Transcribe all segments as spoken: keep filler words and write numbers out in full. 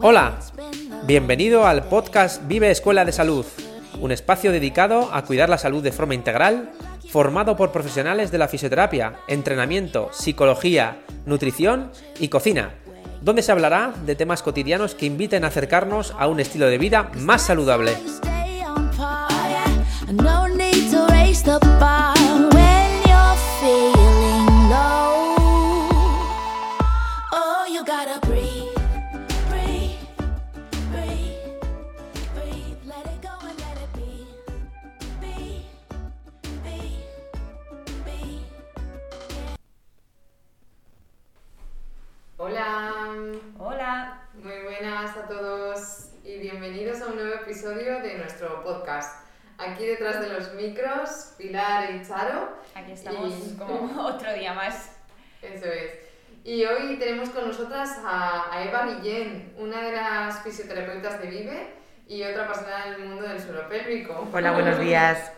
Hola, bienvenido al podcast Vive Escuela de Salud, un espacio dedicado a cuidar la salud de forma integral, formado por profesionales de la fisioterapia, entrenamiento, psicología, nutrición y cocina, donde se hablará de temas cotidianos que inviten a acercarnos a un estilo de vida más saludable. Hola, Hola, muy buenas a todos y bienvenidos a un nuevo episodio de nuestro podcast. Aquí detrás de los micros, Pilar y Charo. aquí estamos Y- como otro día más. Eso es. Y hoy tenemos con nosotras a, a Eva Guillén, una de las fisioterapeutas de Vive y otra apasionada del mundo del suelo pélvico. Hola, buenos días.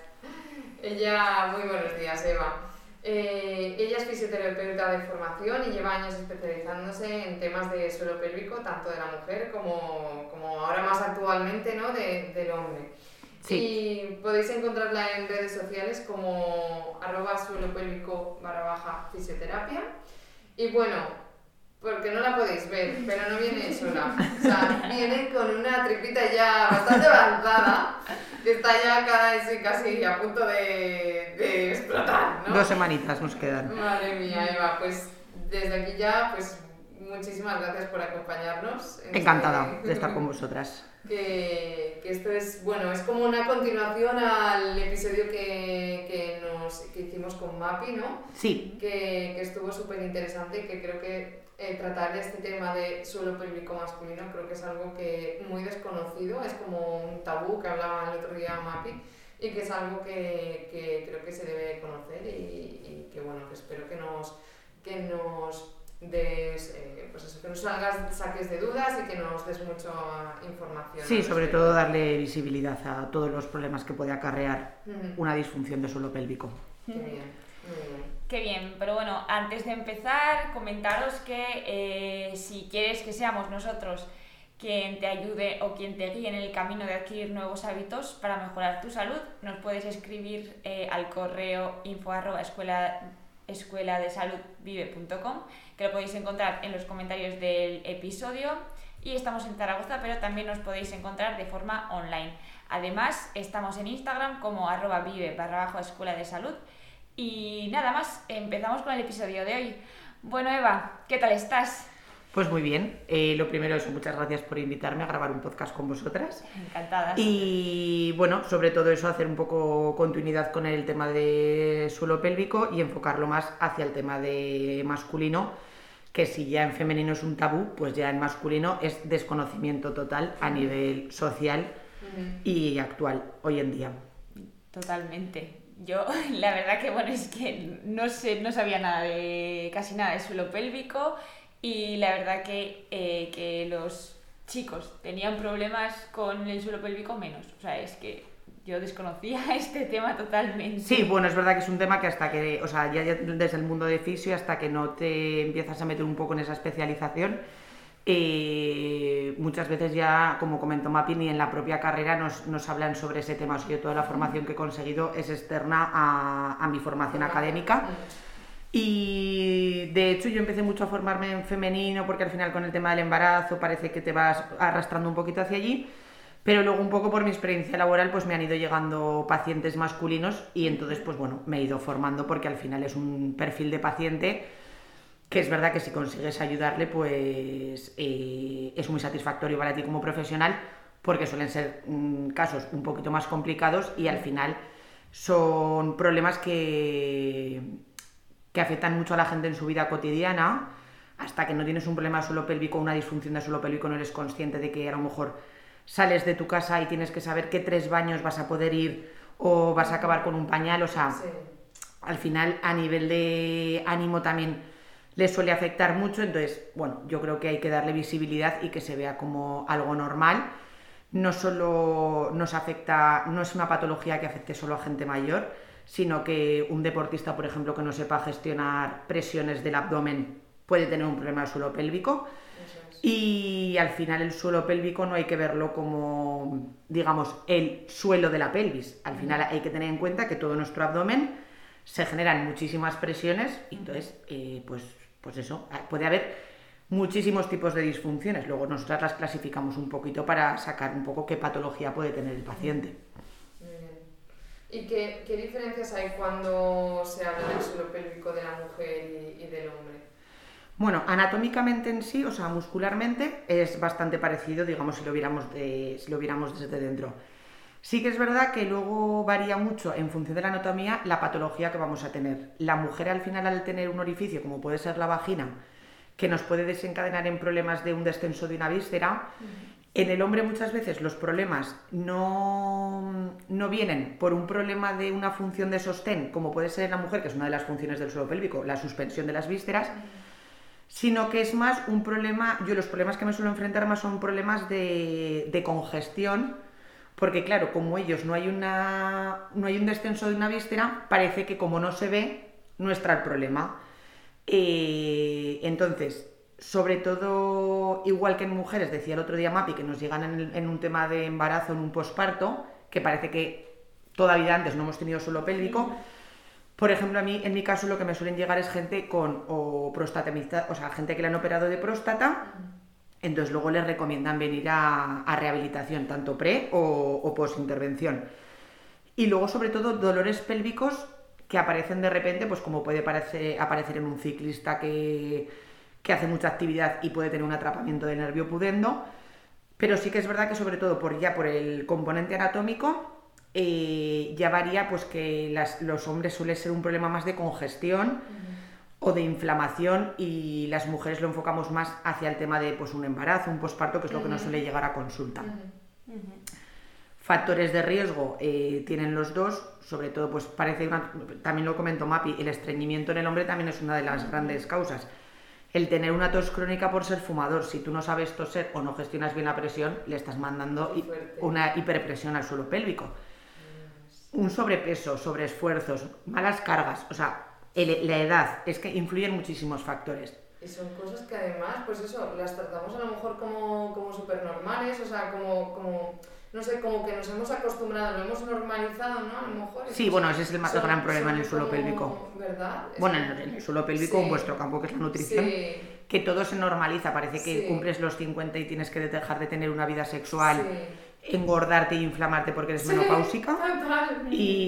Ella, muy buenos días, Eva. Eh, ella es fisioterapeuta de formación y lleva años especializándose en temas de suelo pélvico, tanto de la mujer como, como ahora más actualmente, ¿no? de, del hombre. Sí. Y podéis encontrarla en redes sociales como arroba suelo pélvico barra baja fisioterapia. Y bueno, porque no la podéis ver, pero no viene sola. O sea, viene con una tripita ya bastante avanzada, que está ya casi, casi a punto de, de explotar, ¿no? Dos semanitas nos quedan. Madre mía, Eva, pues desde aquí ya, pues muchísimas gracias por acompañarnos. en Encantada este- de estar con vosotras. Que, que esto es, bueno, es como una continuación al episodio que, que, nos, que hicimos con Mapi, ¿no? Sí, Que, que estuvo súper interesante y que creo que eh, tratar este tema de suelo pélvico masculino creo que es algo que muy desconocido, es como un tabú que hablaba el otro día Mapi y que es algo que, que creo que se debe conocer y, y que bueno, que espero que nos, que nos des, eh, pues eso, que nos salgas, saques de dudas y que nos des mucha información. sí, al sobre respecto. todo darle visibilidad a todos los problemas que puede acarrear Ujú. una disfunción de suelo pélvico. Qué bien, muy bien. Qué bien, pero bueno, antes de empezar, comentaros que eh, si quieres que seamos nosotros quien te ayude o quien te guíe en el camino de adquirir nuevos hábitos para mejorar tu salud, nos puedes escribir eh, al correo info arroba escuela, escuela de salud vive punto com, que lo podéis encontrar en los comentarios del episodio. Y estamos en Zaragoza, pero también nos podéis encontrar de forma online. Además, estamos en Instagram como arroba vive barra bajo escuela de salud. Y nada más, empezamos con el episodio de hoy. Bueno, Eva, ¿qué tal estás? Pues muy bien. Eh, lo primero es muchas gracias por invitarme a grabar un podcast con vosotras. Encantadas. Y bueno, sobre todo eso, hacer un poco continuidad con el tema de suelo pélvico y enfocarlo más hacia el tema de masculino, que si ya en femenino es un tabú, pues ya en masculino es desconocimiento total a nivel social Ujú. y actual, hoy en día. Totalmente. Yo, la verdad que bueno, es que no sé, no sabía nada de, casi nada de suelo pélvico y la verdad que, eh, que los chicos tenían problemas con el suelo pélvico menos. O sea, es que yo desconocía este tema totalmente. Sí, bueno, es verdad que es un tema que hasta que, o sea, ya, ya desde el mundo de fisio, hasta que no te empiezas a meter un poco en esa especialización, eh, muchas veces ya, como comentó Mapi, ni en la propia carrera nos, nos hablan sobre ese tema. O sea, yo toda la formación que he conseguido es externa a, a mi formación académica. Y de hecho yo empecé mucho a formarme en femenino porque al final con el tema del embarazo parece que te vas arrastrando un poquito hacia allí, pero luego un poco por mi experiencia laboral pues me han ido llegando pacientes masculinos y entonces pues bueno, me he ido formando porque al final es un perfil de paciente que es verdad que si consigues ayudarle pues eh, es muy satisfactorio para ti como profesional porque suelen ser mm, casos un poquito más complicados y al final son problemas que, que afectan mucho a la gente en su vida cotidiana. Hasta que no tienes un problema de suelo pélvico, una disfunción de suelo pélvico, no eres consciente de que a lo mejor sales de tu casa y tienes que saber qué tres baños vas a poder ir o vas a acabar con un pañal. O sea, Sí. al final a nivel de ánimo también les suele afectar mucho. Entonces, bueno, yo creo que hay que darle visibilidad y que se vea como algo normal. No solo nos afecta, no es una patología que afecte solo a gente mayor, sino que un deportista, por ejemplo, que no sepa gestionar presiones del abdomen puede tener un problema del suelo pélvico. Y al final el suelo pélvico no hay que verlo como, digamos, el suelo de la pelvis. Al final hay que tener en cuenta que todo nuestro abdomen se generan muchísimas presiones y entonces, eh, pues, pues eso, puede haber muchísimos tipos de disfunciones. Luego nosotras las clasificamos un poquito para sacar un poco qué patología puede tener el paciente. Muy bien. ¿Y qué, qué diferencias hay cuando se habla del suelo pélvico de la mujer y, y del hombre? Bueno, anatómicamente en sí, o sea, muscularmente, es bastante parecido, digamos, si lo viéramos, de, si lo viéramos desde dentro. Sí que es verdad que luego varía mucho, en función de la anatomía, la patología que vamos a tener. La mujer, al final, al tener un orificio, como puede ser la vagina, que nos puede desencadenar en problemas de un descenso de una víscera, uh-huh. En el hombre muchas veces los problemas no, no vienen por un problema de una función de sostén, como puede ser en la mujer, que es una de las funciones del suelo pélvico, la suspensión de las vísceras, uh-huh. Sino que es más un problema, yo los problemas que me suelo enfrentar más son problemas de, de congestión, porque claro, como ellos no hay, una, no hay un descenso de una víscera, parece que como no se ve, no está el problema. Eh, entonces, sobre todo, igual que en mujeres, decía el otro día Mapi, que nos llegan en, en un tema de embarazo, en un posparto, que parece que todavía antes no hemos tenido suelo pélvico. Por ejemplo, a mí, en mi caso, lo que me suelen llegar es gente con o próstata, o sea, gente que le han operado de próstata, entonces luego les recomiendan venir a, a rehabilitación, tanto pre o, o post-intervención. Y luego, sobre todo, dolores pélvicos que aparecen de repente, pues como puede parecer, aparecer en un ciclista que, que hace mucha actividad y puede tener un atrapamiento del nervio pudendo, pero sí que es verdad que sobre todo por ya por el componente anatómico, Eh, ya varía pues que las, los hombres suele ser un problema más de congestión uh-huh. o de inflamación y las mujeres lo enfocamos más hacia el tema de pues un embarazo, un posparto, que es lo uh-huh. que nos suele llegar a consulta. Uh-huh. Uh-huh. Factores de riesgo eh, tienen los dos, sobre todo pues parece una, también lo comentó Mapi, el estreñimiento en el hombre también es una de las uh-huh. grandes causas. El tener una tos crónica por ser fumador, si tú no sabes toser o no gestionas bien la presión, le estás mandando hi- una hiperpresión al suelo pélvico. Un sobrepeso, sobreesfuerzos, malas cargas, o sea, el, la edad, es que influyen muchísimos factores. Y son cosas que además, pues eso, las tratamos a lo mejor como, como súper normales, o sea, como, como, no sé, como que nos hemos acostumbrado, lo hemos normalizado, ¿no? A lo mejor. Sí, bueno, ese es el más son, gran problema en el suelo como, pélvico. ¿Verdad? Bueno, en el, en el suelo pélvico, sí. En vuestro campo, que es la nutrición, sí. Que todo se normaliza, parece que sí. cumples los cincuenta y tienes que dejar de tener una vida sexual. Sí. Engordarte e inflamarte porque eres sí, menopáusica total.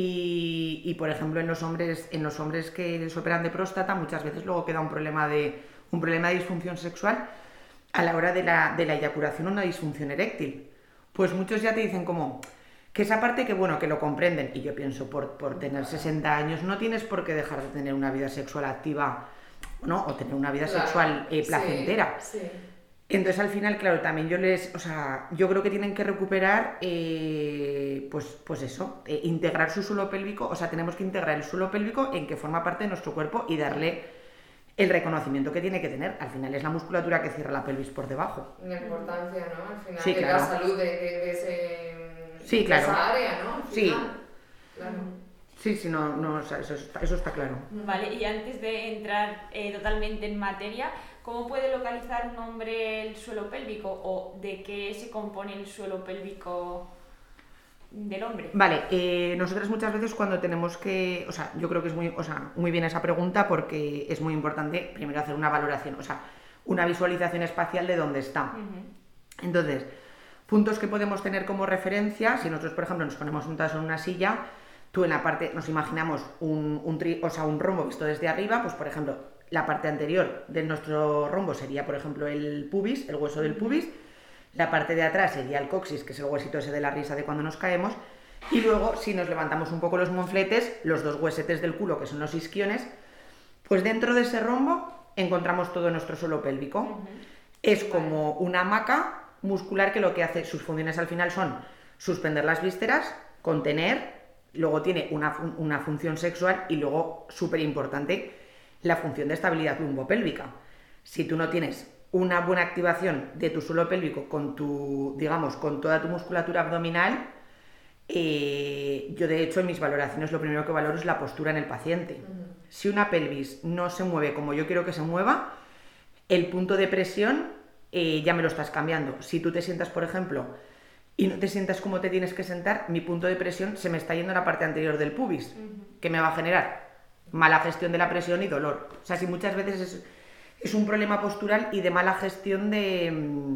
Y, y por ejemplo en los hombres en los hombres que les operan de próstata muchas veces luego queda un problema de un problema de disfunción sexual a la hora de la, de la eyaculación, una disfunción eréctil. Pues muchos ya te dicen como que esa parte que bueno que lo comprenden y yo pienso por, por tener sesenta años no tienes por qué dejar de tener una vida sexual activa, ¿no? O tener una vida claro. sexual eh, placentera. Sí, sí. Entonces al final, claro, también yo les, o sea, yo creo que tienen que recuperar, eh, pues, pues eso, eh, integrar su suelo pélvico, o sea, tenemos que integrar el suelo pélvico en que forma parte de nuestro cuerpo y darle el reconocimiento que tiene que tener. Al final es la musculatura que cierra la pelvis por debajo. La importancia, ¿no? Al final sí, de claro. la salud de, de, de, ese, sí, claro. de esa área, ¿no? Al sí. final. Claro. Sí, sí, no, no, o sea, eso, está, eso está claro. Vale, y antes de entrar eh, totalmente en materia, ¿cómo puede localizar un hombre el suelo pélvico o de qué se compone el suelo pélvico del hombre? Vale, eh, nosotros muchas veces cuando tenemos que, o sea, yo creo que es muy, o sea, muy bien esa pregunta porque es muy importante primero hacer una valoración, o sea, una visualización espacial de dónde está. Uh-huh. Entonces, puntos que podemos tener como referencia, si nosotros, por ejemplo, nos ponemos sentados en una silla, tú en la parte, nos imaginamos un, un, tri, o sea, un rombo visto desde arriba, pues por ejemplo, la parte anterior de nuestro rombo sería, por ejemplo, el pubis, el hueso del pubis, la parte de atrás sería el coxis, que es el huesito ese de la risa de cuando nos caemos, y luego, si nos levantamos un poco los monfletes, los dos huesetes del culo, que son los isquiones, pues dentro de ese rombo encontramos todo nuestro suelo pélvico. Uh-huh. Es como una hamaca muscular que lo que hace, sus funciones al final son suspender las vísceras, contener. Luego tiene una, una función sexual y luego, súper importante, la función de estabilidad lumbopélvica. Si tú no tienes una buena activación de tu suelo pélvico con tu, digamos, con toda tu musculatura abdominal, eh, yo de hecho en mis valoraciones lo primero que valoro es la postura en el paciente. Uh-huh. Si una pelvis no se mueve como yo quiero que se mueva, el punto de presión eh, ya me lo estás cambiando. Si tú te sientas, por ejemplo, y no te sientas como te tienes que sentar, mi punto de presión se me está yendo a la parte anterior del pubis, uh-huh. que me va a generar mala gestión de la presión y dolor. O sea, si muchas veces es, es un problema postural y de mala gestión de,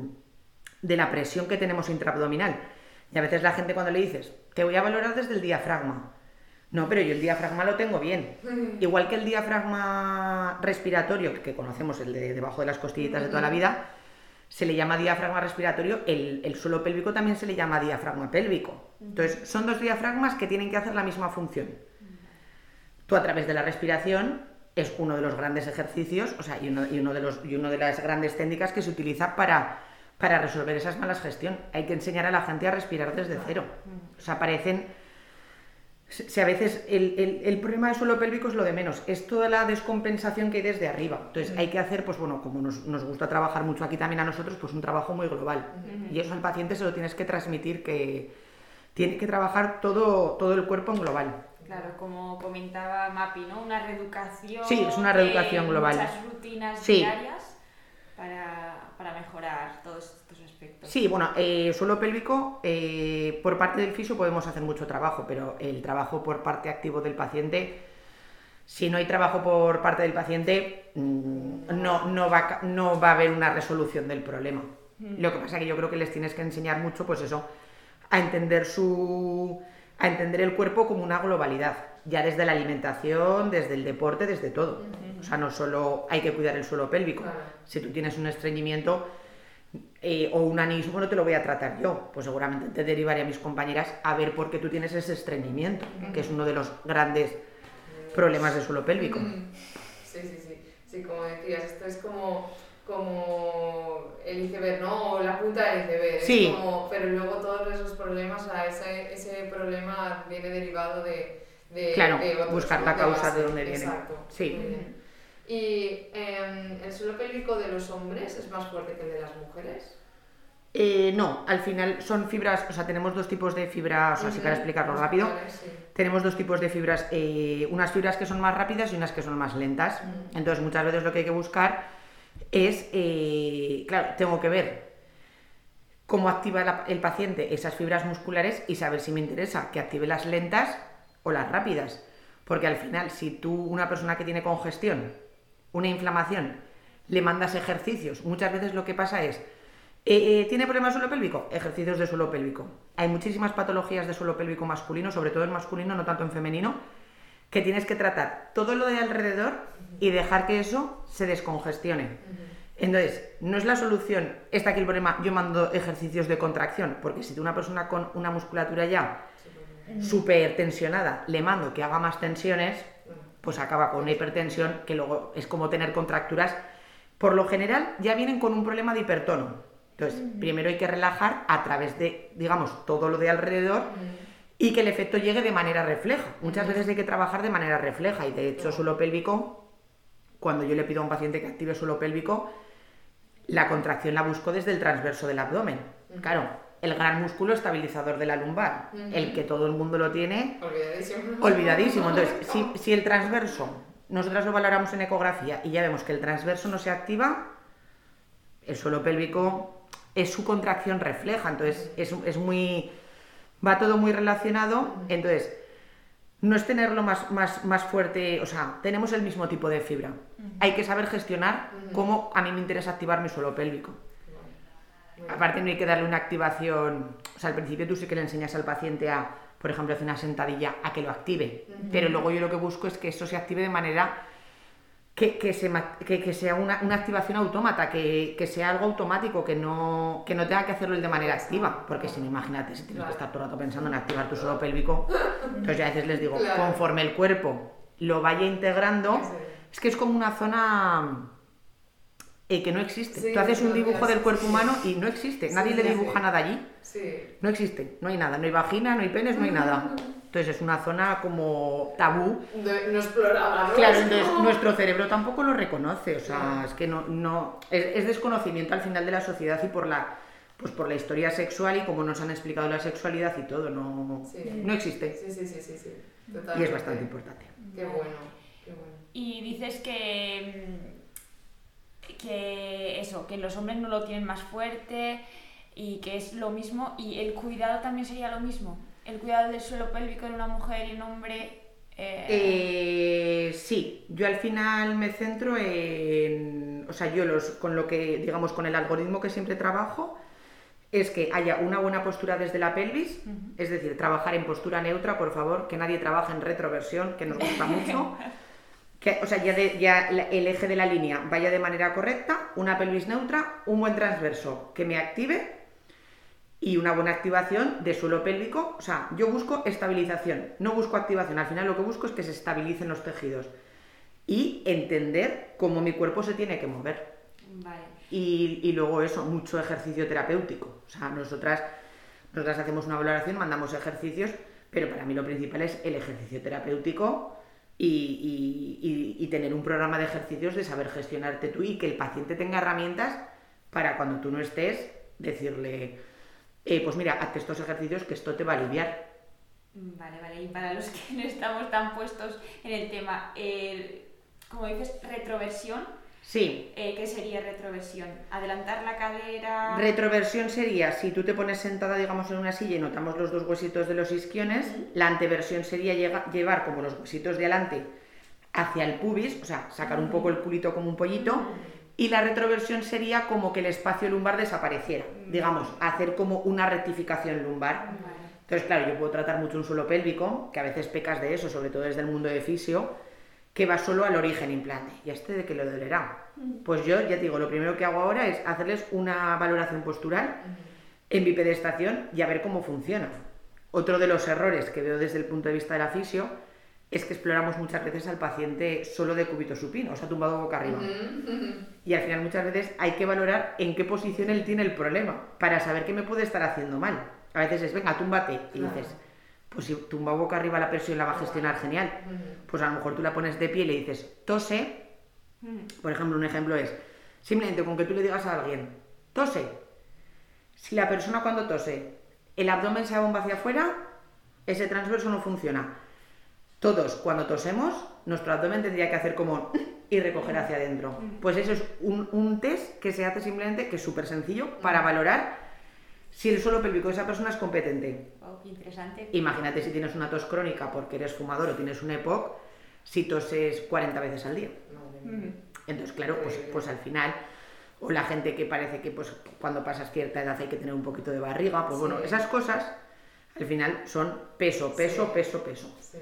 de la presión que tenemos intraabdominal. Y a veces la gente cuando le dices, te voy a valorar desde el diafragma. No, pero yo el diafragma lo tengo bien. Uh-huh. Igual que el diafragma respiratorio, que conocemos, el de debajo de las costillitas uh-huh. de toda la vida, se le llama diafragma respiratorio, el, el suelo pélvico también se le llama diafragma pélvico. Entonces, son dos diafragmas que tienen que hacer la misma función. Tú a través de la respiración es uno de los grandes ejercicios, o sea, y uno, y uno de los y una de las grandes técnicas que se utiliza para, para resolver esas malas gestiones. Hay que enseñar a la gente a respirar desde cero. O sea, parecen... Si a veces el, el, el problema del suelo pélvico es lo de menos, es toda la descompensación que hay desde arriba. Entonces uh-huh. hay que hacer, pues bueno, como nos, nos gusta trabajar mucho aquí también a nosotros, pues un trabajo muy global. Uh-huh. Y eso al paciente se lo tienes que transmitir, que tiene que trabajar todo, todo el cuerpo en global. Claro, como comentaba Mapi, ¿no? Una reeducación. Sí, es una reeducación global. Muchas rutinas sí. diarias para, para mejorar todos estos aspectos. Sí, bueno, eh, suelo pélvico, eh, por parte del fisio podemos hacer mucho trabajo, pero el trabajo por parte activo del paciente, si no hay trabajo por parte del paciente, no, no, va, no va a haber una resolución del problema. Mm. Lo que pasa es que yo creo que les tienes que enseñar mucho, pues eso, a entender su... a entender el cuerpo como una globalidad, ya desde la alimentación, desde el deporte, desde todo. Uh-huh. O sea, no solo hay que cuidar el suelo pélvico. Claro. Si tú tienes un estreñimiento eh, o un anismo, no te lo voy a tratar yo, pues seguramente te derivaré a mis compañeras a ver por qué tú tienes ese estreñimiento, uh-huh. que es uno de los grandes problemas del suelo pélvico. Uh-huh. Sí, sí, sí. Sí, como decías, esto es como... como el iceberg, ¿no? O la punta del iceberg. Sí. Es como, pero luego todos esos problemas, o sea, ese, ese problema viene derivado de... de claro, de otros, buscar la causa de dónde viene. Exacto. Sí. Muy bien. ¿Y eh, el suelo pélvico de los hombres es más fuerte que el de las mujeres? Eh, no, al final son fibras, o sea, tenemos dos tipos de fibras, uh-huh. así para explicarlo rápido, sí. tenemos dos tipos de fibras, eh, unas fibras que son más rápidas y unas que son más lentas. Uh-huh. Entonces muchas veces lo que hay que buscar es, eh, claro, tengo que ver cómo activa la, el paciente esas fibras musculares y saber si me interesa que active las lentas o las rápidas, porque al final si tú, una persona que tiene congestión, una inflamación, le mandas ejercicios, muchas veces lo que pasa es, eh, eh, ¿tiene problemas de suelo pélvico? Ejercicios de suelo pélvico. Hay muchísimas patologías de suelo pélvico masculino, sobre todo en masculino, no tanto en femenino, que tienes que tratar todo lo de alrededor y dejar que eso se descongestione. Uh-huh. Entonces, no es la solución, está aquí el problema, yo mando ejercicios de contracción, porque si tú una persona con una musculatura ya súper tensionada, le mando que haga más tensiones, pues acaba con una hipertensión, que luego es como tener contracturas. Por lo general, ya vienen con un problema de hipertono. Entonces, uh-huh. primero hay que relajar a través de, digamos, todo lo de alrededor, uh-huh. y que el efecto llegue de manera refleja. Muchas veces hay que trabajar de manera refleja y de hecho suelo pélvico, cuando yo le pido a un paciente que active suelo pélvico, la contracción la busco desde el transverso del abdomen. Uh-huh. Claro, el gran músculo estabilizador de la lumbar, uh-huh. el que todo el mundo lo tiene, olvidadísimo. olvidadísimo. Entonces, si, si el transverso, nosotros lo valoramos en ecografía y ya vemos que el transverso no se activa, el suelo pélvico es su contracción refleja, entonces es, es muy... va todo muy relacionado, entonces no es tenerlo más, más, más fuerte, o sea, tenemos el mismo tipo de fibra. Uh-huh. Hay que saber gestionar uh-huh. cómo a mí me interesa activar mi suelo pélvico. Uh-huh. Aparte no hay que darle una activación, o sea, al principio tú sí que le enseñas al paciente a, por ejemplo, hacer una sentadilla, a que lo active, uh-huh. pero luego yo lo que busco es que eso se active de manera que, que, se, que, que sea una, una activación autómata, que, que sea algo automático, que no, que no tenga que hacerlo de manera activa, porque si no, imagínate, si tienes que estar todo el rato pensando en activar tu suelo pélvico, entonces yo a veces les digo, claro. conforme el cuerpo lo vaya integrando, sí. es que es como una zona eh, que no existe. Sí, tú haces un dibujo del cuerpo humano y no existe, nadie sí, le dibuja sí. nada allí, sí. no existe, no hay nada, no hay vagina, no hay penes, no hay nada. Entonces es una zona como tabú. De, no explorada, ¿no? Claro, entonces nuestro cerebro tampoco lo reconoce, o sea, es que no, no es, es desconocimiento al final de la sociedad y por la, pues por la historia sexual y como nos han explicado la sexualidad y todo, no, sí. no existe. Sí, sí, sí, sí, sí. Totalmente. Y es bastante importante. Qué bueno, qué bueno. Y dices que que eso, que los hombres no lo tienen más fuerte y que es lo mismo, y el cuidado también sería lo mismo, el cuidado del suelo pélvico en una mujer y un hombre. Eh... Eh, sí, yo al final me centro en, o sea, yo los, con lo que, digamos, con el algoritmo que siempre trabajo, es que haya una buena postura desde la pelvis, uh-huh. es decir, trabajar en postura neutra, por favor, que nadie trabaje en retroversión, que nos gusta mucho, que, o sea, ya, de, ya el eje de la línea vaya de manera correcta, una pelvis neutra, un buen transverso que me active y una buena activación de suelo pélvico. O sea, yo busco estabilización, no busco activación. Al final lo que busco es que se estabilicen los tejidos y entender cómo mi cuerpo se tiene que mover. Vale. Y, y luego eso, mucho ejercicio terapéutico. O sea, nosotras, nosotras hacemos una valoración, mandamos ejercicios, pero para mí lo principal es el ejercicio terapéutico y, y, y, y tener un programa de ejercicios de saber gestionarte tú y que el paciente tenga herramientas para cuando tú no estés, decirle... Eh, pues mira, hazte estos ejercicios que esto te va a aliviar. Vale, vale. Y para los que no estamos tan puestos en el tema, eh, como dices, retroversión. Sí. Eh, ¿Qué sería retroversión? ¿Adelantar la cadera? Retroversión sería, si tú te pones sentada, digamos, en una silla y notamos los dos huesitos de los isquiones, uh-huh. la anteversión sería llega, llevar como los huesitos de adelante hacia el pubis, o sea, sacar uh-huh. un poco el culito como un pollito, uh-huh. y la retroversión sería como que el espacio lumbar desapareciera, digamos, hacer como una rectificación lumbar. Vale. Entonces, claro, yo puedo tratar mucho un suelo pélvico, que a veces pecas de eso, sobre todo desde el mundo de fisio, que va solo al origen implante. ¿Y a este de qué le dolerá? Pues yo, ya te digo, lo primero que hago ahora es hacerles una valoración postural en bipedestación y a ver cómo funciona. Otro de los errores que veo desde el punto de vista de la fisio es que exploramos muchas veces al paciente solo de cúbito supino, o sea, tumbado boca arriba. Y al final muchas veces hay que valorar en qué posición él tiene el problema para saber qué me puede estar haciendo mal. A veces es, venga, túmbate, y dices, pues si tumba boca arriba la presión la va a gestionar genial. Pues a lo mejor tú la pones de pie y le dices, tose. Por ejemplo, un ejemplo es, simplemente con que tú le digas a alguien, tose. Si la persona cuando tose, el abdomen se bomba hacia afuera, ese transverso no funciona. Todos, cuando tosemos, nuestro abdomen tendría que hacer como y recoger hacia adentro. Pues eso es un, un test que se hace simplemente, que es súper sencillo, para valorar si el suelo pélvico de esa persona es competente. Oh, qué interesante. Imagínate si tienes una tos crónica porque eres fumador o tienes un E P O C, si toses cuarenta veces al día. Mm. Entonces, claro, pues, pues al final, o la gente que parece que pues cuando pasas cierta edad hay que tener un poquito de barriga, pues sí. Bueno, esas cosas al final son peso, peso, sí. peso, peso. Sí.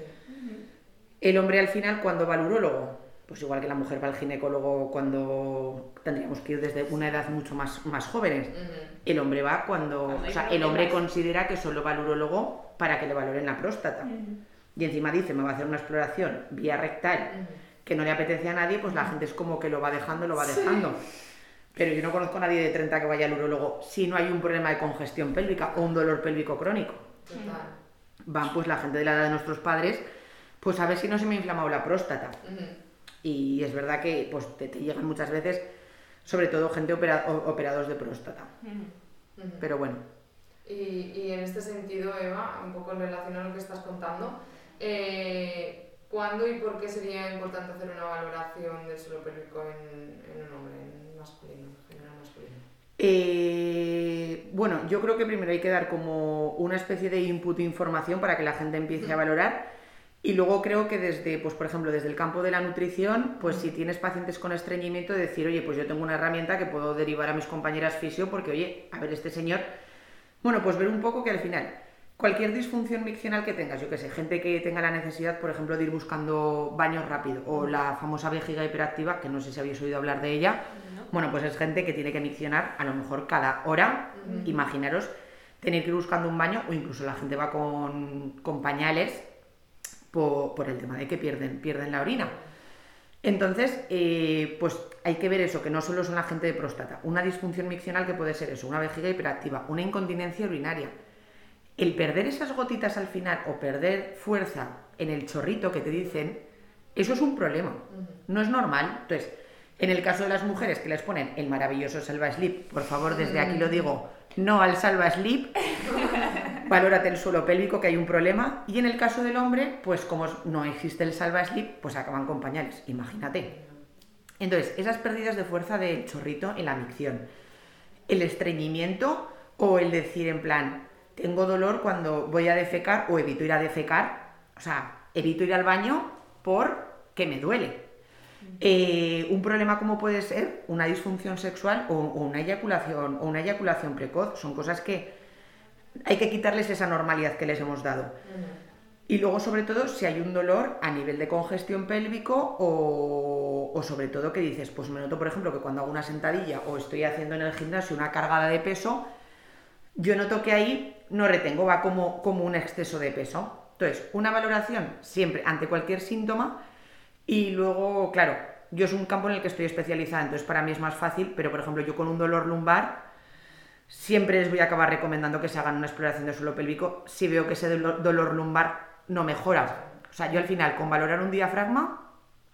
El hombre al final, cuando va al urólogo, pues igual que la mujer va al ginecólogo cuando tendríamos que ir desde una edad mucho más, más jóvenes, uh-huh. el hombre va cuando, cuando o sea, el hombre considera que solo va al urólogo para que le valoren la próstata. Uh-huh. Y encima dice, me va a hacer una exploración vía rectal uh-huh. que no le apetece a nadie, pues la uh-huh. gente es como que lo va dejando, lo va dejando. Sí. Pero yo no conozco a nadie de treinta que vaya al urólogo si no hay un problema de congestión pélvica o un dolor pélvico crónico. Total. Van pues la gente de la edad de nuestros padres, pues a ver si no se me ha inflamado la próstata. Uh-huh. Y es verdad que pues, te, te llegan muchas veces, sobre todo gente opera, operados de próstata. Uh-huh. Pero bueno. Y, y en este sentido, Eva, un poco en relación a lo que estás contando, eh, ¿cuándo y por qué sería importante hacer una valoración del suelo pélvico en, en un hombre, en masculino, en general masculino? Eh, bueno, yo creo que primero hay que dar como una especie de input de información para que la gente empiece a valorar. Y luego creo que desde, pues por ejemplo, desde el campo de la nutrición, pues si tienes pacientes con estreñimiento, decir, oye, pues yo tengo una herramienta que puedo derivar a mis compañeras fisio porque, oye, a ver, este señor... Bueno, pues ver un poco que al final, cualquier disfunción miccional que tengas, yo qué sé, gente que tenga la necesidad, por ejemplo, de ir buscando baños rápido, o la famosa vejiga hiperactiva, que no sé si habéis oído hablar de ella, no. Bueno, pues es gente que tiene que miccionar a lo mejor cada hora, uh-huh. imaginaros, tener que ir buscando un baño, o incluso la gente va con, con pañales, Por, por el tema de que pierden, pierden la orina. Entonces, eh, pues hay que ver eso, que no solo son la gente de próstata, una disfunción miccional que puede ser eso, una vejiga hiperactiva, una incontinencia urinaria. El perder esas gotitas al final o perder fuerza en el chorrito que te dicen, eso es un problema, no es normal. Entonces, en el caso de las mujeres que les ponen el maravilloso Salva Slip, por favor, desde aquí lo digo, no al Salva Slip, valórate el suelo pélvico, que hay un problema. Y en el caso del hombre, pues como no existe el Salva Slip, pues acaban con pañales, imagínate. Entonces, esas pérdidas de fuerza del chorrito en la micción, el estreñimiento o el decir en plan, tengo dolor cuando voy a defecar o evito ir a defecar, o sea, evito ir al baño porque me duele. Eh, un problema como puede ser una disfunción sexual o, o una eyaculación o una eyaculación precoz, son cosas que hay que quitarles esa normalidad que les hemos dado. Uh-huh. Y luego, sobre todo, si hay un dolor a nivel de congestión pélvico o, o sobre todo que dices, pues me noto, por ejemplo, que cuando hago una sentadilla o estoy haciendo en el gimnasio una cargada de peso, yo noto que ahí no retengo, va como, como un exceso de peso. Entonces, una valoración siempre ante cualquier síntoma y luego, claro, yo es un campo en el que estoy especializada, entonces para mí es más fácil, pero por ejemplo, yo con un dolor lumbar siempre les voy a acabar recomendando que se hagan una exploración del suelo pélvico si veo que ese dolor, dolor lumbar no mejora. O sea, yo al final, con valorar un diafragma,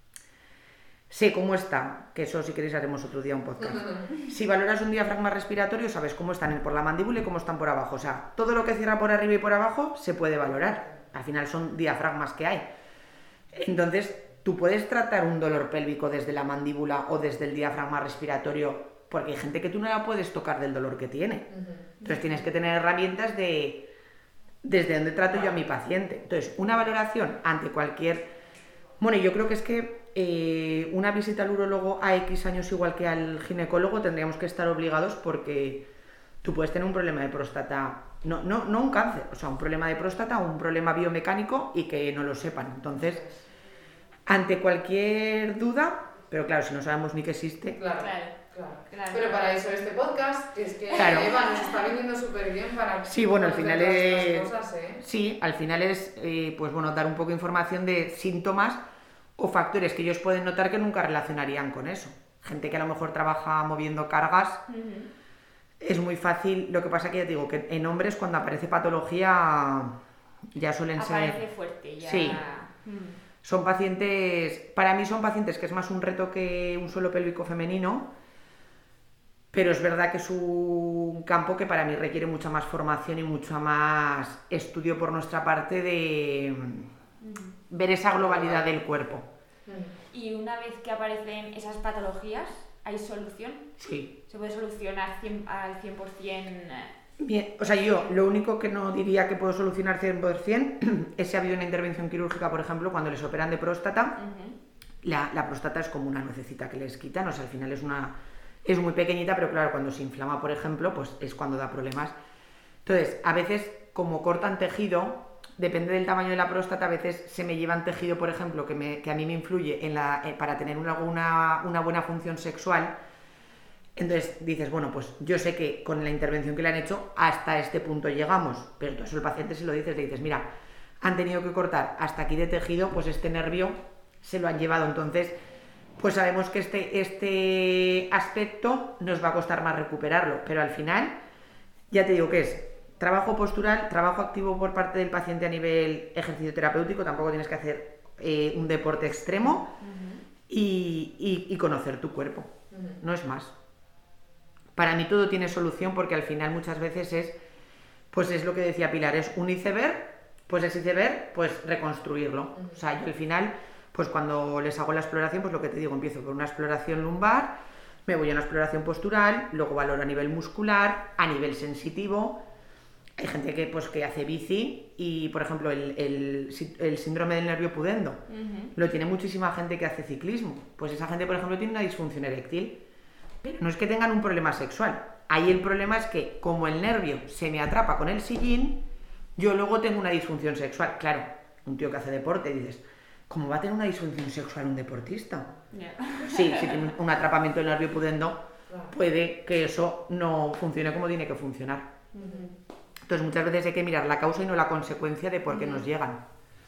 sé cómo está, que eso si queréis haremos otro día un podcast. Si valoras un diafragma respiratorio, sabes cómo están por la mandíbula y cómo están por abajo. O sea, todo lo que cierra por arriba y por abajo se puede valorar. Al final son diafragmas que hay. Entonces, tú puedes tratar un dolor pélvico desde la mandíbula o desde el diafragma respiratorio, porque hay gente que tú no la puedes tocar del dolor que tiene. Entonces, tienes que tener herramientas de desde dónde trato yo a mi paciente. Entonces, una valoración ante cualquier... Bueno, yo creo que es que eh, una visita al urólogo a X años igual que al ginecólogo tendríamos que estar obligados porque tú puedes tener un problema de próstata, no, no, no un cáncer, o sea, un problema de próstata o un problema biomecánico y que no lo sepan. Entonces, ante cualquier duda, pero claro, si no sabemos ni que existe... Claro. Claro. Claro. Claro. Pero para eso este podcast, que es que claro. Eva nos está viniendo súper bien para... Sí, bueno, al final es... Cosas, ¿eh? Sí, al final es, eh, pues bueno, dar un poco de información de síntomas o factores que ellos pueden notar que nunca relacionarían con eso. Gente que a lo mejor trabaja moviendo cargas, uh-huh. Es muy fácil, lo que pasa que ya te digo, que en hombres cuando aparece patología ya suelen aparece ser... Aparece fuerte, ya... Sí. Uh-huh. Son pacientes, para mí son pacientes que es más un reto que un suelo pélvico femenino, pero es verdad que es un campo que para mí requiere mucha más formación y mucho más estudio por nuestra parte de uh-huh. ver esa globalidad del cuerpo. Uh-huh. Y una vez que aparecen esas patologías, ¿hay solución? Sí. ¿Se puede solucionar cien, al cien por ciento? Bien, o sea, yo lo único que no diría que puedo solucionar cien por ciento es si ha habido una intervención quirúrgica, por ejemplo, cuando les operan de próstata. Uh-huh. La, la próstata es como una nuececita que les quitan, o sea, al final es una... Es muy pequeñita, pero claro, cuando se inflama, por ejemplo, pues es cuando da problemas. Entonces, a veces, como cortan tejido, depende del tamaño de la próstata, a veces se me llevan tejido, por ejemplo, que, me, que a mí me influye en la, eh, para tener una, una, una buena función sexual. Entonces dices, bueno, pues yo sé que con la intervención que le han hecho, hasta este punto llegamos. Pero entonces el paciente se lo dices, le dices, mira, han tenido que cortar hasta aquí de tejido, pues este nervio se lo han llevado. Entonces... pues sabemos que este, este aspecto nos va a costar más recuperarlo, pero al final, ya te digo que es trabajo postural, trabajo activo por parte del paciente a nivel ejercicio terapéutico, tampoco tienes que hacer eh, un deporte extremo, uh-huh. y, y, y conocer tu cuerpo, uh-huh. no es más. Para mí todo tiene solución porque al final muchas veces es, pues es lo que decía Pilar, es un iceberg, pues ese iceberg, pues reconstruirlo. Uh-huh. O sea, yo al final... pues cuando les hago la exploración, pues lo que te digo, empiezo con una exploración lumbar, me voy a una exploración postural, luego valoro a nivel muscular, a nivel sensitivo. Hay gente que, pues, que hace bici y, por ejemplo, el, el, el síndrome del nervio pudendo, uh-huh. lo tiene muchísima gente que hace ciclismo. Pues esa gente, por ejemplo, tiene una disfunción eréctil, pero no es que tengan un problema sexual. Ahí el problema es que, como el nervio se me atrapa con el sillín, yo luego tengo una disfunción sexual. Claro, un tío que hace deporte, dices... ¿cómo va a tener una disfunción sexual un deportista? Yeah. Sí, si tiene un atrapamiento del nervio pudendo, puede que eso no funcione como tiene que funcionar. Uh-huh. Entonces muchas veces hay que mirar la causa y no la consecuencia de por qué uh-huh. nos llegan.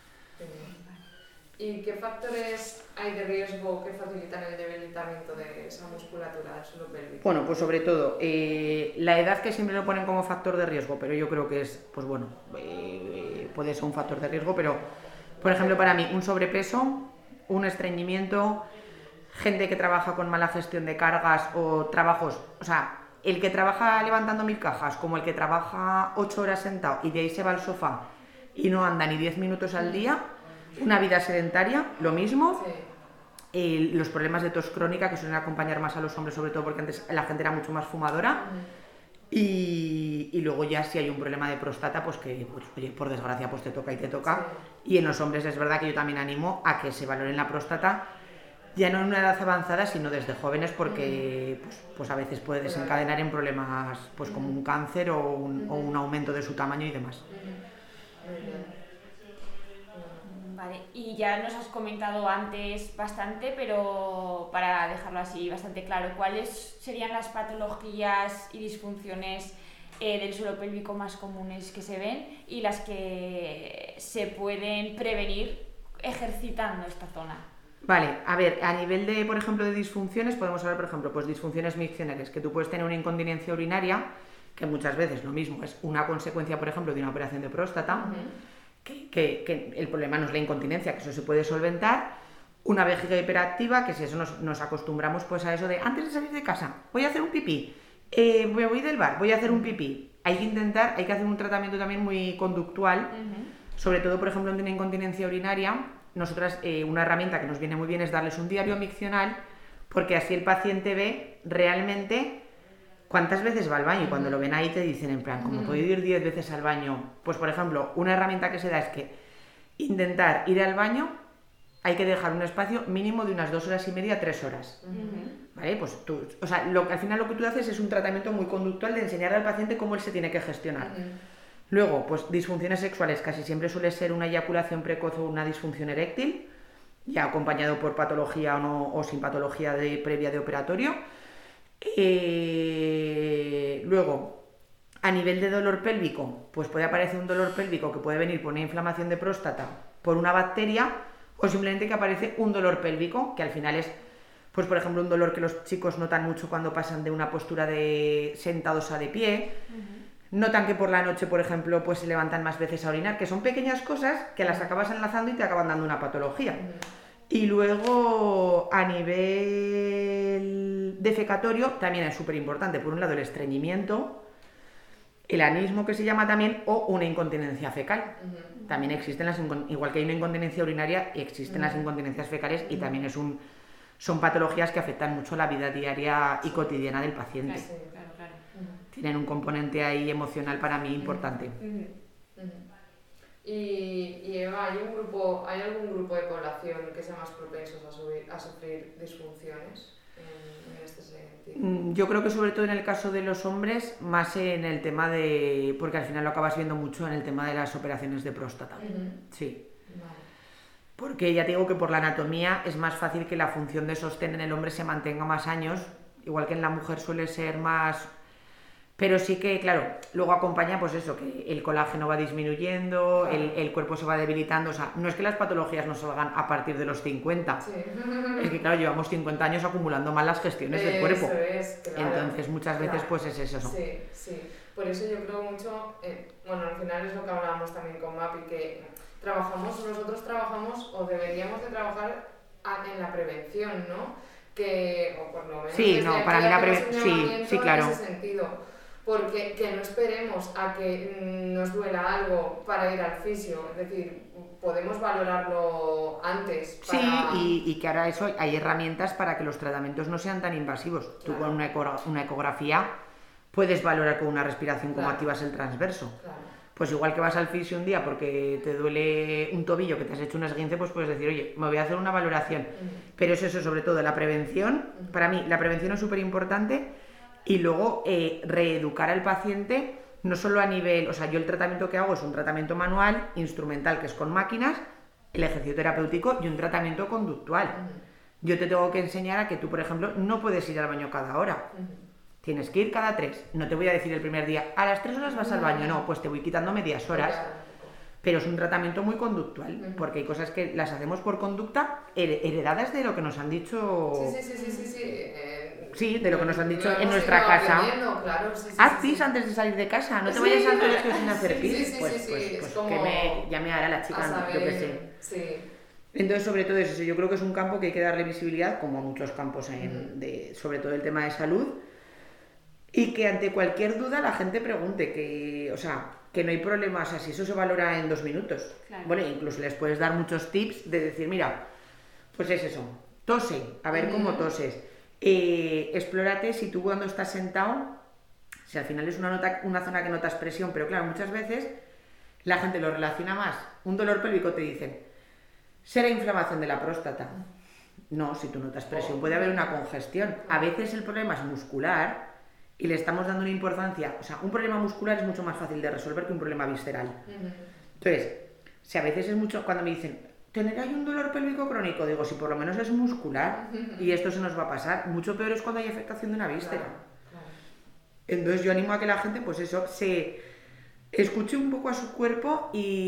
¿Y qué factores hay de riesgo que facilitan el debilitamiento de esa musculatura del suelo pélvico? Bueno, pues sobre todo, eh, la edad, que siempre lo ponen como factor de riesgo, pero yo creo que es, pues bueno, eh, puede ser un factor de riesgo, pero... por ejemplo, para mí, un sobrepeso, un estreñimiento, gente que trabaja con mala gestión de cargas o trabajos... O sea, el que trabaja levantando mil cajas, como el que trabaja ocho horas sentado y de ahí se va al sofá y no anda ni diez minutos al día, una vida sedentaria, lo mismo. Sí. eh, los problemas de tos crónica que suelen acompañar más a los hombres, sobre todo porque antes la gente era mucho más fumadora. Uh-huh. y, y luego ya si hay un problema de próstata, pues que, pues, oye, por desgracia, pues te toca y te toca. Sí. Y en los hombres es verdad que yo también animo a que se valoren la próstata, ya no en una edad avanzada, sino desde jóvenes, porque pues, pues a veces puede desencadenar en problemas pues como un cáncer o un, o un aumento de su tamaño y demás. Vale, y ya nos has comentado antes bastante, pero para dejarlo así bastante claro, ¿cuáles serían las patologías y disfunciones eh, del suelo pélvico más comunes que se ven y las que se pueden prevenir ejercitando esta zona? Vale, a ver, a nivel de, por ejemplo, de disfunciones, podemos hablar, por ejemplo, pues disfunciones miccionales, que tú puedes tener una incontinencia urinaria, que muchas veces lo mismo es una consecuencia, por ejemplo, de una operación de próstata, uh-huh. que, que, que el problema no es la incontinencia, que eso se puede solventar, una vejiga hiperactiva, que si eso nos, nos acostumbramos pues a eso de, antes de salir de casa, voy a hacer un pipí, eh, me voy del bar, voy a hacer un pipí. Hay que intentar, hay que hacer un tratamiento también muy conductual, uh-huh. sobre todo, por ejemplo, en una incontinencia urinaria. Nosotras, eh, una herramienta que nos viene muy bien es darles un diario miccional, porque así el paciente ve realmente cuántas veces va al baño, y cuando lo ven ahí te dicen en plan, como puedo ir diez veces al baño. Pues por ejemplo, una herramienta que se da es que intentar ir al baño, hay que dejar un espacio mínimo de unas dos horas y media, tres horas. Uh-huh. ¿Vale? Pues tú, o sea, lo, al final lo que tú haces es un tratamiento muy conductual de enseñarle al paciente cómo él se tiene que gestionar. Uh-huh. Luego, pues disfunciones sexuales, casi siempre suele ser una eyaculación precoz o una disfunción eréctil, ya acompañado por patología o, no, o sin patología de, previa de operatorio. Eh, luego, a nivel de dolor pélvico, pues puede aparecer un dolor pélvico que puede venir por una inflamación de próstata, por una bacteria, o simplemente que aparece un dolor pélvico, que al final es, pues por ejemplo, un dolor que los chicos notan mucho cuando pasan de una postura de sentados a de pie. Uh-huh. Notan que por la noche, por ejemplo, pues se levantan más veces a orinar, que son pequeñas cosas que las acabas enlazando y te acaban dando una patología. Uh-huh. Y luego, a nivel defecatorio, también es súper importante. Por un lado, el estreñimiento, el anismo, que se llama también, o una incontinencia fecal. Uh-huh. También existen las, igual que hay una incontinencia urinaria, existen uh-huh. las incontinencias fecales, y también es un, son patologías que afectan mucho la vida diaria y cotidiana del paciente. Sí, claro, claro. Tienen un componente ahí emocional para mí importante. Uh-huh. Uh-huh. Y, y Eva, ¿hay, un grupo, ¿hay algún grupo de población que sea más propensos a, subir, a sufrir disfunciones en, en este sentido? Yo creo que sobre todo en el caso de los hombres, más en el tema de... porque al final lo acabas viendo mucho en el tema de las operaciones de próstata. Uh-huh. Sí. Vale. Porque ya te digo que por la anatomía es más fácil que la función de sostén en el hombre se mantenga más años, igual que en la mujer suele ser más... Pero sí que, claro, luego acompaña pues eso, que el colágeno va disminuyendo, el, el cuerpo se va debilitando, o sea, no es que las patologías no salgan a partir de los cincuenta, sí. Es que claro, llevamos cincuenta años acumulando mal las gestiones eso del cuerpo, es, claro, entonces muchas veces claro. pues es eso. Sí, sí, por eso yo creo mucho, eh, bueno, al final es lo que hablábamos también con Mapi, que trabajamos, nosotros trabajamos o deberíamos de trabajar en la prevención, ¿no? Que, o por lo menos sí, no, para mí la prevención, sí, sí, claro. En ese sentido. Porque que no esperemos a que nos duela algo para ir al fisio, es decir, podemos valorarlo antes. Para... Sí, y, y que ahora eso hay herramientas para que los tratamientos no sean tan invasivos. Claro. Tú con una, eco, una ecografía puedes valorar con una respiración cómo claro. activas el transverso. Claro. Pues igual que vas al fisio un día porque te duele un tobillo, que te has hecho un esguince, pues puedes decir, oye, me voy a hacer una valoración. Uh-huh. Pero es eso, sobre todo, la prevención. Uh-huh. Para mí, la prevención es súper importante. Y luego eh, reeducar al paciente, no solo a nivel, o sea, yo el tratamiento que hago es un tratamiento manual, instrumental, que es con máquinas, el ejercicio terapéutico y un tratamiento conductual. Uh-huh. Yo te tengo que enseñar a que tú, por ejemplo, no puedes ir al baño cada hora. Uh-huh. Tienes que ir cada tres. No te voy a decir el primer día, a las tres horas vas uh-huh. al baño, no, pues te voy quitando medias horas. Uh-huh. Pero es un tratamiento muy conductual, uh-huh. porque hay cosas que las hacemos por conducta heredadas de lo que nos han dicho... Sí, sí, sí, sí, sí. Eh... Sí, de lo que nos han dicho en nuestra casa. Claro, sí, sí, Haz sí, pis sí. antes de salir de casa, no te sí, vayas al colegio sin hacer pis. Sí, sí, pues sí, sí, pues, sí. pues como... que me, ya me hará la chica, saber, yo qué sé. Sí. Entonces, sobre todo eso, yo creo que es un campo que hay que darle visibilidad, como a muchos campos, en, de, sobre todo el tema de salud, y que ante cualquier duda la gente pregunte, que, o sea, que no hay problema, o sea, si eso se valora en dos minutos. Claro. Bueno, incluso les puedes dar muchos tips de decir, mira, pues es eso. tose, a ver cómo toses. Eh, explórate si tú cuando estás sentado, si al final es una, nota, una zona que notas presión, pero claro, muchas veces la gente lo relaciona más. Un dolor pélvico te dicen, será inflamación de la próstata. No, si tú notas presión, puede haber una congestión. A veces el problema es muscular y le estamos dando una importancia. O sea, un problema muscular es mucho más fácil de resolver que un problema visceral. Entonces, si a veces es mucho, cuando me dicen, ¿tener ahí un dolor pélvico crónico? Digo, si por lo menos es muscular y esto se nos va a pasar. Mucho peor es cuando hay afectación de una víscera. Entonces yo animo a que la gente, pues eso, se escuche un poco a su cuerpo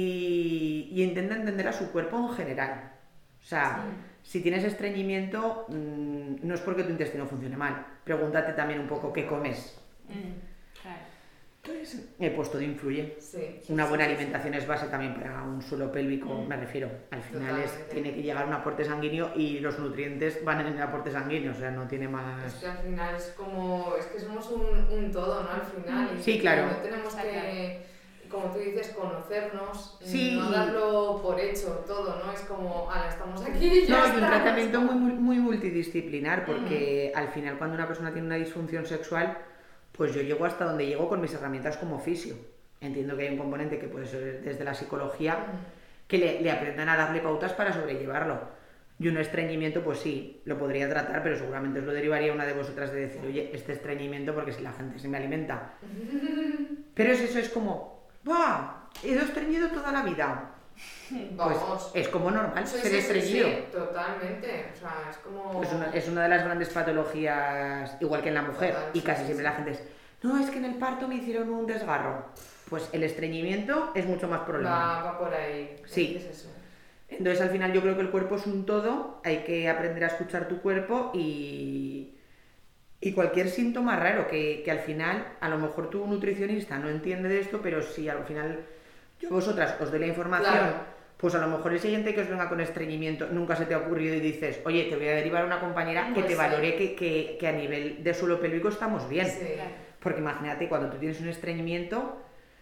y, y intente entender a su cuerpo en general. O sea, sí. Si tienes estreñimiento, mmm, no es porque tu intestino funcione mal. Pregúntate también un poco qué comes. Mm, claro. Entonces, he puesto de influye. Sí, sí, una buena sí, alimentación sí. es base también para un suelo pélvico, mm. me refiero. Al final es, tiene que llegar un aporte sanguíneo y los nutrientes van en el aporte sanguíneo, o sea, no tiene más... Es que al final es como, es que somos un, un todo, ¿no? Al final. Y sí, claro. No tenemos que, como tú dices, conocernos, sí. no darlo por hecho todo, ¿no? Es como, ah, estamos aquí, ya No, está. y un tratamiento muy, muy multidisciplinar, porque mm. al final cuando una persona tiene una disfunción sexual, pues yo llego hasta donde llego con mis herramientas como fisio. Entiendo que hay un componente que puede ser desde la psicología, que le, le aprendan a darle pautas para sobrellevarlo. Y un estreñimiento, pues sí, lo podría tratar, pero seguramente os lo derivaría una de vosotras de decir, oye, este estreñimiento porque si la gente se me alimenta. Pero es eso, es como, ¡buah! He ido estreñido toda la vida. Pues Vamos. es como normal Sí, ser sí, estreñido. Sí, sí, totalmente. O sea, es como... Es una, es una de las grandes patologías, igual que en la mujer, Total, y sí, casi sí, siempre sí. la gente es, no, es que en el parto me hicieron un desgarro. Pues el estreñimiento es mucho más problema. Va, va por ahí. Sí. Es eso. Entonces al final yo creo que el cuerpo es un todo, hay que aprender a escuchar tu cuerpo y, y cualquier síntoma raro que, que al final, a lo mejor tu nutricionista no entiende de esto, pero si al final yo a vosotras os doy la información, claro. Pues a lo mejor el siguiente que os venga con estreñimiento nunca se te ha ocurrido y dices, oye, te voy a derivar a una compañera que pues te sí. valore que, que, que a nivel de suelo pélvico estamos bien. Sí. Porque imagínate, cuando tú tienes un estreñimiento,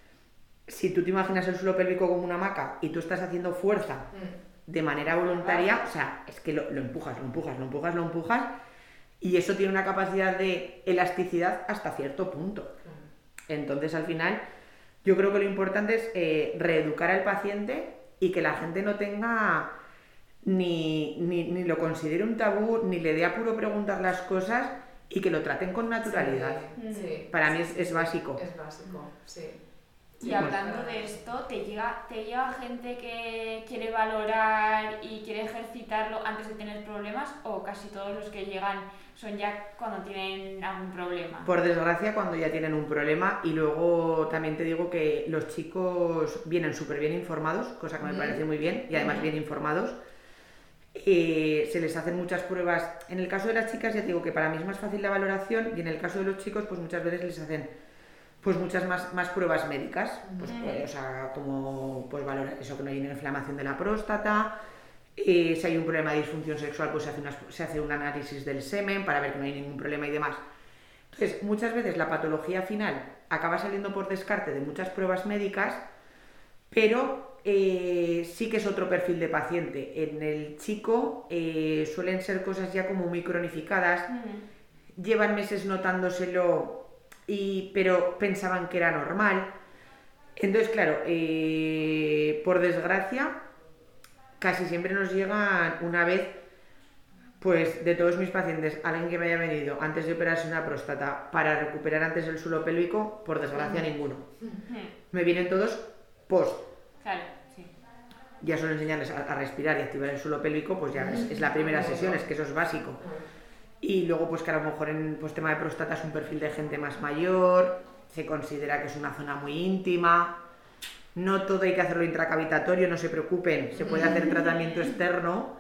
si tú te imaginas el suelo pélvico como una hamaca y tú estás haciendo fuerza mm. de manera voluntaria, o sea, es que lo, lo empujas, lo empujas, lo empujas, lo empujas, y eso tiene una capacidad de elasticidad hasta cierto punto. Mm. Entonces, al final, yo creo que lo importante es eh, reeducar al paciente y que la gente no tenga ni, ni, ni lo considere un tabú, ni le dé apuro preguntar las cosas y que lo traten con naturalidad. Sí, sí, Para sí, mí es, sí, es básico. Es básico, sí. Y hablando de esto, ¿te llega, te llega gente que quiere valorar y quiere ejercitarlo antes de tener problemas o casi todos los que llegan son ya cuando tienen algún problema? Por desgracia, cuando ya tienen un problema, y luego también te digo que los chicos vienen súper bien informados, cosa que me mm. parece muy bien, y además mm. bien informados. Eh, se les hacen muchas pruebas. En el caso de las chicas ya te digo que para mí es más fácil la valoración, y en el caso de los chicos pues muchas veces les hacen pues muchas más, más pruebas médicas, pues, mm. pues, o sea, como pues valorar eso, que no hay una inflamación de la próstata, eh, si hay un problema de disfunción sexual pues se hace, unas, se hace un análisis del semen para ver que no hay ningún problema y demás. Entonces muchas veces la patología final acaba saliendo por descarte de muchas pruebas médicas, pero eh, sí que es otro perfil de paciente. En el chico eh, suelen ser cosas ya como muy cronificadas, mm. llevan meses notándoselo, y, pero pensaban que era normal. Entonces, claro, eh, por desgracia, casi siempre nos llegan una vez, pues de todos mis pacientes, alguien que me haya venido antes de operarse una próstata para recuperar antes el suelo pélvico, por desgracia uh-huh. ninguno. Uh-huh. Me vienen todos post. Claro, sí. Ya solo enseñarles a, a respirar y activar el suelo pélvico, pues ya uh-huh. es, es la primera sesión, es que eso es básico. Uh-huh. Y luego pues que a lo mejor en pues, tema de próstata es un perfil de gente más mayor, se considera que es una zona muy íntima, no todo hay que hacerlo intracavitatorio, no se preocupen, se puede hacer tratamiento externo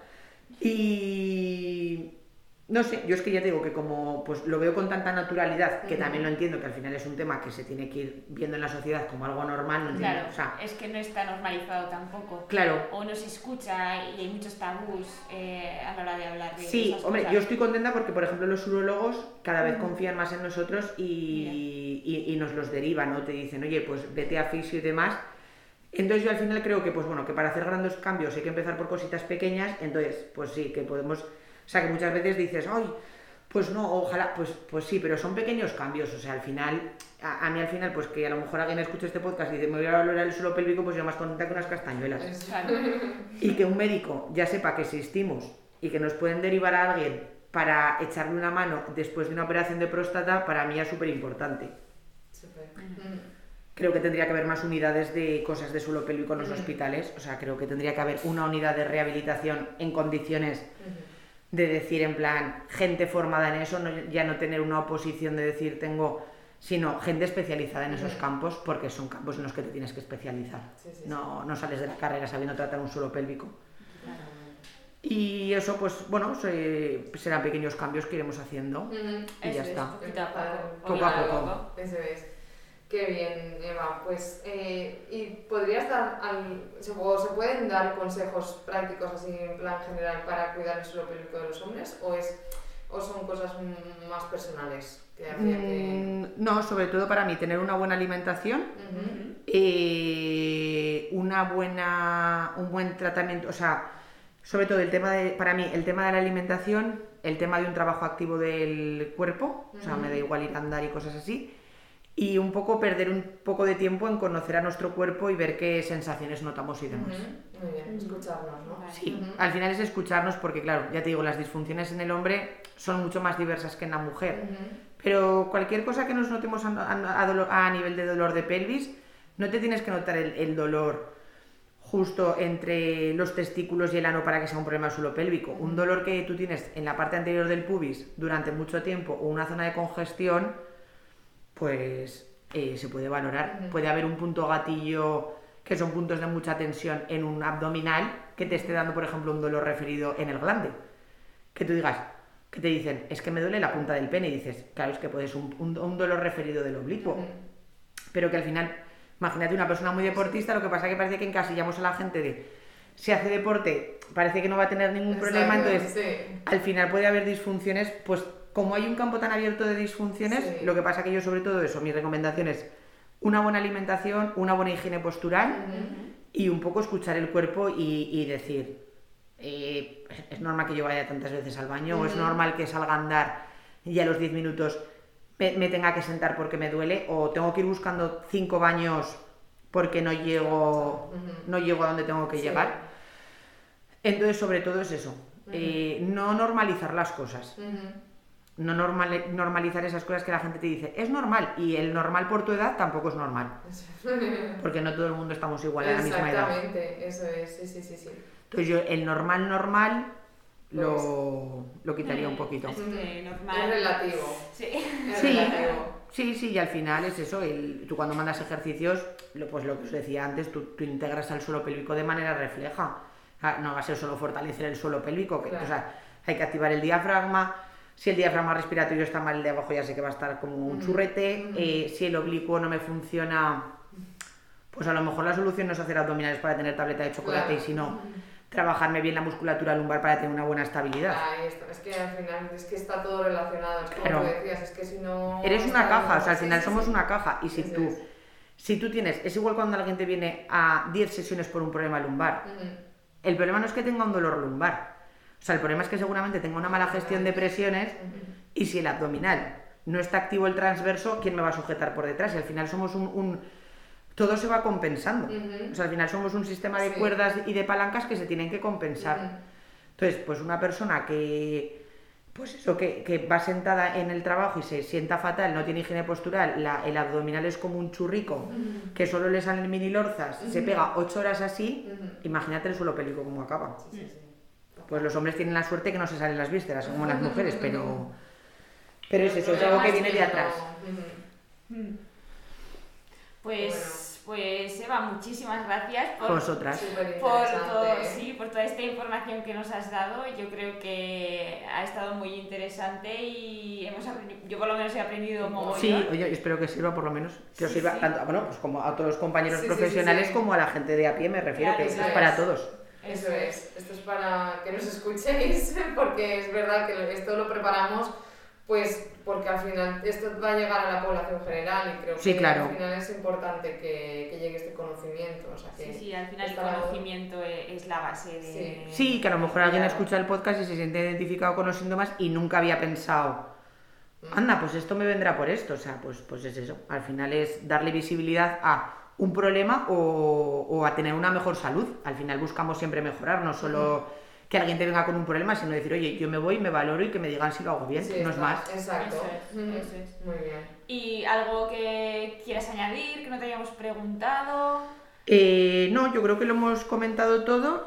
y no sé, yo es que ya te digo que como pues lo veo con tanta naturalidad, que también lo entiendo, que al final es un tema que se tiene que ir viendo en la sociedad como algo normal, no entiendo. Claro, o sea, es que no está normalizado tampoco. Claro. O no se escucha y hay muchos tabús eh, a la hora de hablar de sí, esas hombre, cosas. Yo estoy contenta porque, por ejemplo, los urólogos cada vez confían más en nosotros y, y, y nos los derivan, ¿no? Te dicen, oye, pues vete a fisio y demás. Entonces yo al final creo que, pues bueno, que para hacer grandes cambios hay que empezar por cositas pequeñas, entonces, pues sí, que podemos O sea, que muchas veces dices, ay, pues no, ojalá, pues, pues sí, pero son pequeños cambios. O sea, al final, a, a mí al final, pues que a lo mejor alguien escuche este podcast y dice, me voy a valorar el suelo pélvico, pues yo más contenta que unas castañuelas. Exacto. Y que un médico ya sepa que existimos y que nos pueden derivar a alguien para echarle una mano después de una operación de próstata, para mí es súper importante. Súper. Creo que tendría que haber más unidades de cosas de suelo pélvico en los hospitales. O sea, creo que tendría que haber una unidad de rehabilitación en condiciones de decir, en plan, gente formada en eso, no, ya no tener una oposición de decir tengo, sino gente especializada en esos campos, porque son campos en los que te tienes que especializar. Sí, sí, no, no sales de la carrera sabiendo tratar un suelo pélvico. Y eso, pues bueno, se, serán pequeños cambios que iremos haciendo. Uh-huh. Y ya Eso está. Es, poquito a poco. Poco a poco. Eso es. Qué bien, Eva. Pues, eh, ¿y podrías dar, al, se, o se pueden dar consejos prácticos así en plan general para cuidar el suelo pélvico de los hombres? ¿O, es, o son cosas más personales? Que habría que... Mm, no, sobre todo para mí, tener una buena alimentación, Uh-huh. eh, una buena, un buen tratamiento, o sea, sobre todo el tema de, para mí, el tema de la alimentación, el tema de un trabajo activo del cuerpo, o sea, me da igual ir a andar y cosas así, y un poco perder un poco de tiempo en conocer a nuestro cuerpo y ver qué sensaciones notamos y demás. Uh-huh. Muy bien, escucharnos, ¿no? Sí, Uh-huh. al final es escucharnos porque, claro, ya te digo, las disfunciones en el hombre son mucho más diversas que en la mujer. Uh-huh. Pero cualquier cosa que nos notemos a, a, a, dolor, a nivel de dolor de pelvis, no te tienes que notar el, el dolor justo entre los testículos y el ano para que sea un problema de suelo pélvico. Un dolor que tú tienes en la parte anterior del pubis durante mucho tiempo o una zona de congestión, pues eh, se puede valorar. Uh-huh. Puede haber un punto gatillo, que son puntos de mucha tensión en un abdominal, que te esté dando, por ejemplo, un dolor referido en el glande. Que tú digas, que te dicen, es que me duele la punta del pene, y dices, claro, es que puedes un, un, un dolor referido del oblicuo. Uh-huh. Pero que al final, imagínate una persona muy deportista, lo que pasa es que parece que encasillamos a la gente de, si hace deporte, parece que no va a tener ningún Exacto, problema, entonces sí. Al final puede haber disfunciones, pues como hay un campo tan abierto de disfunciones, Sí. lo que pasa que yo sobre todo eso, mi recomendación es una buena alimentación, una buena higiene postural Uh-huh. y un poco escuchar el cuerpo y, y decir, eh, es normal que yo vaya tantas veces al baño, uh-huh. o es normal que salga a andar y a los diez minutos me, me tenga que sentar porque me duele, o tengo que ir buscando cinco baños porque no llego, Uh-huh. no llego a donde tengo que Sí. llegar. Entonces, sobre todo es eso, Uh-huh. eh, no normalizar las cosas. Uh-huh. No normal, normalizar esas cosas que la gente te dice, es normal, y el normal por tu edad tampoco es normal, porque no todo el mundo estamos igual a la misma edad. Exactamente, eso es, sí, sí, sí, sí. Entonces yo el normal normal Pues- lo, lo quitaría un poquito. Es que normal. Es relativo. Sí. Es Sí. relativo. Sí, sí, y al final es eso, el, tú cuando mandas ejercicios, lo, pues lo que os decía antes, tú, tú integras al suelo pélvico de manera refleja. Ah, no va a ser solo fortalecer el suelo pélvico, que, Claro. o sea, hay que activar el diafragma. Si el diafragma respiratorio está mal, el de abajo ya sé que va a estar como un churrete. Mm. Eh, si el oblicuo no me funciona, pues a lo mejor la solución no es hacer abdominales para tener tableta de chocolate, Claro. y si no, trabajarme bien la musculatura lumbar para tener una buena estabilidad. Ahí está. Es que al final es que está todo relacionado, es como Claro. tú decías, es que si no... Eres una está- caja, o sea, al sí, final sí, somos sí. una caja. Y si Eso tú, es. si tú tienes, es igual cuando alguien te viene a diez sesiones por un problema lumbar. Ujú. El problema no es que tenga un dolor lumbar. O sea, el problema es que seguramente tenga una mala gestión de presiones, y si el abdominal no está activo el transverso, ¿quién me va a sujetar por detrás? Y al final somos un... un- todo se va compensando. Ujú. O sea, al final somos un sistema de Sí. cuerdas y de palancas que se tienen que compensar. Ujú. Entonces, pues una persona que, pues eso, que, que va sentada en el trabajo y se sienta fatal, no tiene higiene postural, la- el abdominal es como un churrico, que solo le salen mini lorzas, se pega ocho horas así, Ujú. imagínate el suelo pélvico cómo acaba. Sí, sí, sí. Pues los hombres tienen la suerte que no se salen las vísceras, como las mujeres, pero, pero es El eso, es algo problema que es viene de no- atrás. Ujú. Pues, pues Eva, muchísimas gracias por, Vosotras. Súper por, interesante, todo- ¿eh? sí, por toda esta información que nos has dado. Yo creo que ha estado muy interesante y hemos aprendido, yo por lo menos he aprendido mogollón. Sí, oye, espero que sirva por lo menos, que os Sí, sirva sí. tanto, bueno, pues como a todos los compañeros Sí, sí, sí, profesionales sí. como a la gente de a pie, me refiero, Claro, que eso esto es es. para todos. Eso es, esto es para que nos escuchéis, porque es verdad que esto lo preparamos pues porque al final esto va a llegar a la población general y creo sí, que claro. al final es importante que, que llegue este conocimiento. O sea, que sí, sí, al final el labor... conocimiento es la base de... Sí, sí que a lo mejor claro. alguien escucha el podcast y se siente identificado con los síntomas y nunca había pensado, anda, pues esto me vendrá por esto. O sea, pues, pues es eso. Al final es darle visibilidad a un problema o, o a tener una mejor salud. Al final buscamos siempre mejorar, no solo... Uh-huh. Que alguien te venga con un problema, sino decir, oye, yo me voy, me valoro y que me digan si lo hago bien, sí, no está, es más. Exacto. Eso es, mm, eso es. Muy bien. ¿Y algo que quieras añadir, que no te hayamos preguntado? Eh, no, yo creo que lo hemos comentado todo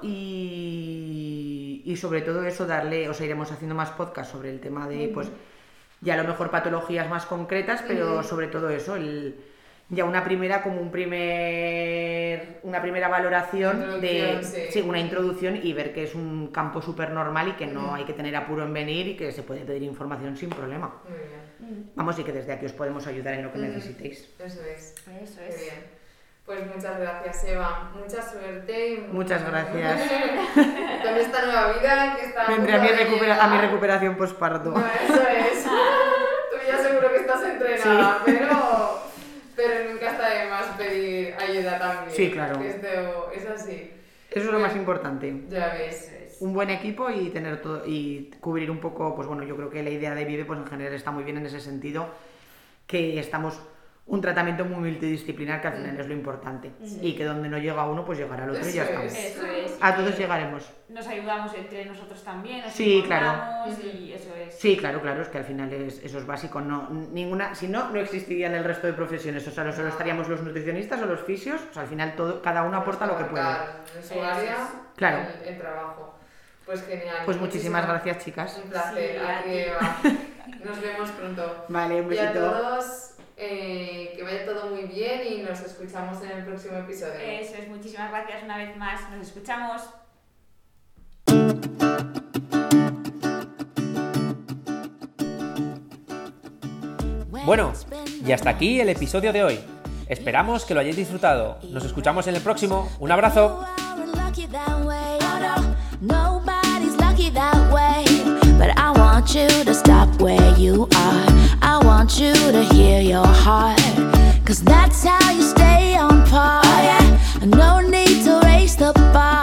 y, y sobre todo eso, darle, o sea, iremos haciendo más podcasts sobre el tema de, uh-huh. pues, ya a lo mejor patologías más concretas, pero uh-huh. sobre todo eso, el... ya una primera como un primer una primera valoración de sí. sí, una introducción y ver que es un campo súper normal y que no mm. hay que tener apuro en venir y que se puede pedir información sin problema. Muy bien. Vamos, y que desde aquí os podemos ayudar en lo que mm. necesitéis. Eso es. Eso es. Muy bien. Pues muchas gracias, Eva. Mucha suerte. Y muchas gracias. Con esta nueva vida que está... Vendré a mi, recupera- a mi recuperación posparto. No, eso es. Tú ya seguro que estás entrenada, sí. pero... Pero nunca está de más pedir ayuda también. Sí, claro. Esto es así. Eso es lo más importante. Ya ves. Un buen equipo y tener todo y cubrir un poco, pues bueno, yo creo que la idea de Vive pues en general está muy bien en ese sentido, que estamos un tratamiento muy multidisciplinar que al final mm. es lo importante. Sí. Y que donde no llega uno, pues llegará al otro eso y ya es. estamos. Eso es. A todos llegaremos. Nos ayudamos entre nosotros también, nos sí, claro. y eso es. Sí, claro, claro, es que al final es, eso es básico. No, ninguna, si no, no existirían el resto de profesiones. O sea, no solo estaríamos los nutricionistas o los fisios, o sea, al final todo, cada uno aporta lo que puede. En su área, claro. el, el trabajo. Pues genial. Pues muchísimas gracias, chicas. Un placer. Sí, aquí, Eva. Nos vemos pronto. Vale, un besito. Y a todos... Eh, que vaya todo muy bien y nos escuchamos en el próximo episodio. Eso es, muchísimas gracias una vez más, nos escuchamos. Bueno, y hasta aquí el episodio de hoy. Esperamos que lo hayáis disfrutado. Nos escuchamos en el próximo. Un abrazo. But I want you to stop where you are. I want you to hear your heart, 'cause that's how you stay.